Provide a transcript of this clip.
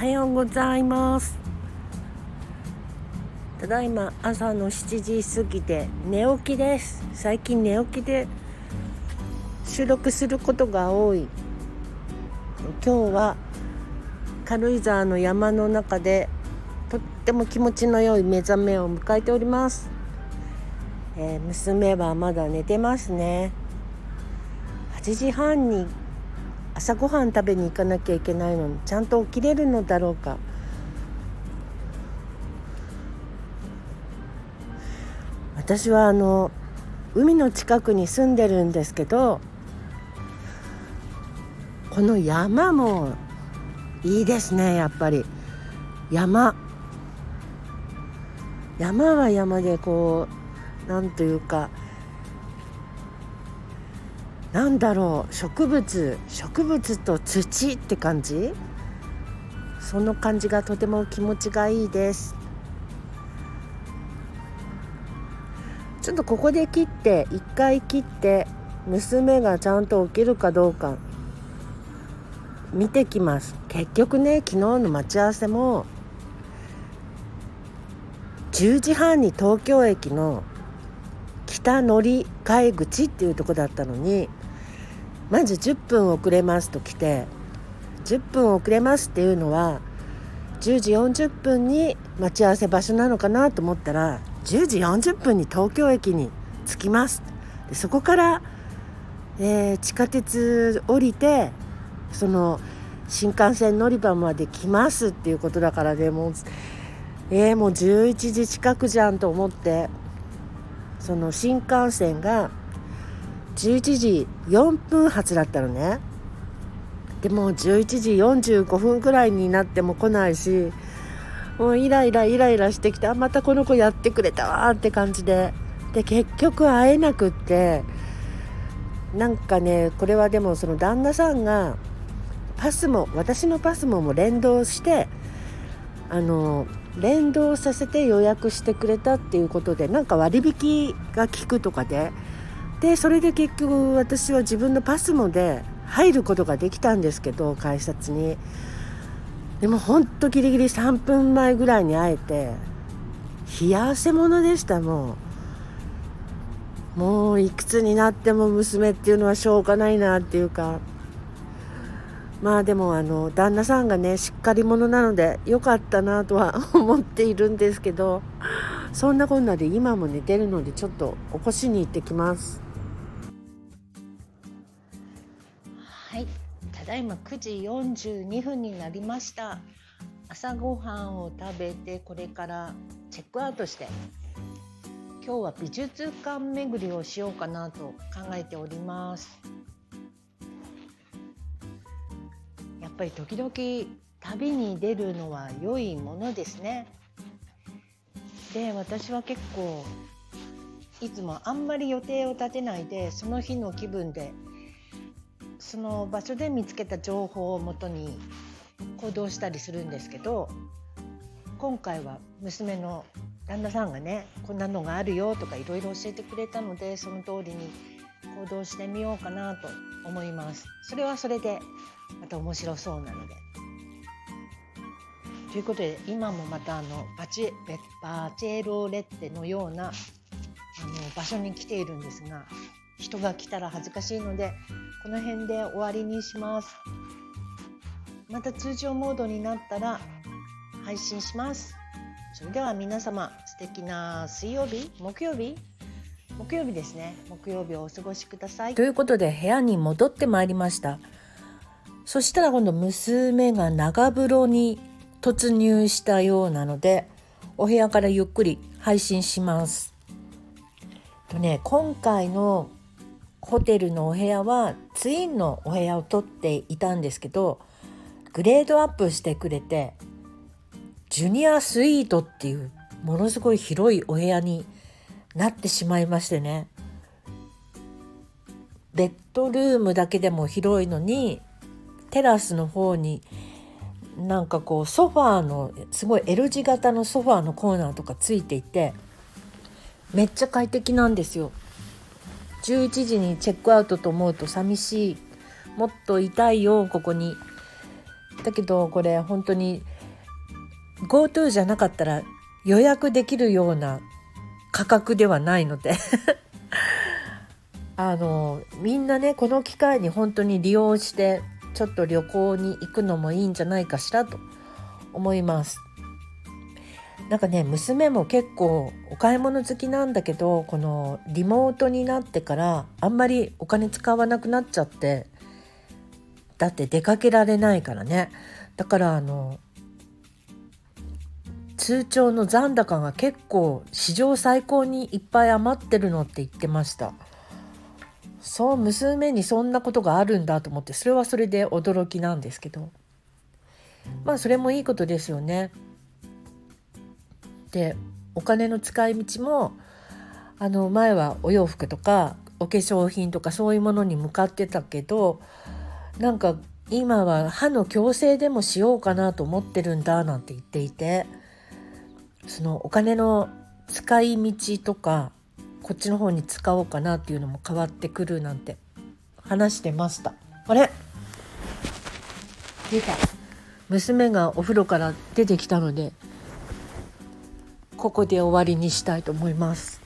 はようございます。ただいま朝の7時過ぎで寝起きです。最近寝起きで収録することが多い。今日は軽井沢の山の中でとっても気持ちの良い目覚めを迎えております。娘はまだ寝てますね。8時半に朝ごはん食べに行かなきゃいけないのにちゃんと起きれるのだろうか。私は海の近くに住んでるんですけど、この山もいいですね。やっぱり山は山でなんというか、なんだろう、植物と土って感じ、その感じがとても気持ちがいいです。ちょっとここで一回切って娘がちゃんと起きるかどうか見てきます。結局ね、昨日の待ち合わせも10時半に東京駅の北乗り換え口っていうとこだったのに、まず10分遅れますと来て、10分遅れますっていうのは10時40分に待ち合わせ場所なのかなと思ったら、10時40分に東京駅に着きます。でそこから、地下鉄降りてその新幹線乗り場まで来ますっていうことだからね、もう11時近くじゃんと思って、その新幹線が11時4分発だったのね。でも11時45分くらいになっても来ないし、もうイライラしてきて、またこの子やってくれたわって感じで結局会えなくって、なんかね、これはでもその旦那さんが私のパスモも連動して連動させて予約してくれたっていうことで、なんか割引が効くとかでそれで結局私は自分のパスモで入ることができたんですけど、改札に。でもほんとギリギリ3分前ぐらいに会えて、冷や汗ものでした。もういくつになっても娘っていうのはしょうがないなっていうか、まあでも旦那さんがねしっかり者なのでよかったなとは思っているんですけど、そんなこんなで今も寝てるのでちょっと起こしに行ってきます。はい、ただいま9時42分になりました。朝ごはんを食べてこれからチェックアウトして、今日は美術館巡りをしようかなと考えております。やっぱり時々旅に出るのは良いものですね。で、私は結構いつもあんまり予定を立てないで、その日の気分でその場所で見つけた情報をもとに行動したりするんですけど、今回は娘の旦那さんがね、こんなのがあるよとかいろいろ教えてくれたので、その通りに行動してみようかなと思います。それはそれでまた面白そうなので。ということで、今もまたバチェロレッテのような場所に来ているんですが、人が来たら恥ずかしいのでこの辺で終わりにします。また通常モードになったら配信します。それでは皆様、素敵な木曜日ですね。木曜日をお過ごしください。ということで部屋に戻ってまいりました。そしたら今度娘が長風呂に突入したようなので、お部屋からゆっくり配信します。今回のホテルのお部屋はツインのお部屋を取っていたんですけど、グレードアップしてくれてジュニアスイートっていうものすごい広いお部屋になってしまいましてね。ベッドルームだけでも広いのに、テラスの方になんかソファーのすごい L 字型のソファーのコーナーとかついていて、めっちゃ快適なんですよ。11時にチェックアウトと思うと寂しい。もっといたいよここに。だけどこれ本当に GoTo じゃなかったら予約できるような価格ではないのでみんなねこの機会に本当に利用してちょっと旅行に行くのもいいんじゃないかしらと思います。なんかね娘も結構お買い物好きなんだけど、このリモートになってからあんまりお金使わなくなっちゃって、だって出かけられないからね。だから通帳の残高が結構史上最高にいっぱい余ってるのって言ってました。そう、娘にそんなことがあるんだと思って、それはそれで驚きなんですけど、まあそれもいいことですよね。で、お金の使い道も前はお洋服とかお化粧品とかそういうものに向かってたけど、なんか今は歯の矯正でもしようかなと思ってるんだなんて言っていて、そのお金の使い道とかこっちの方に使おうかなっていうのも変わってくるなんて話してました。あれ、出た、娘がお風呂から出てきたのでここで終わりにしたいと思います。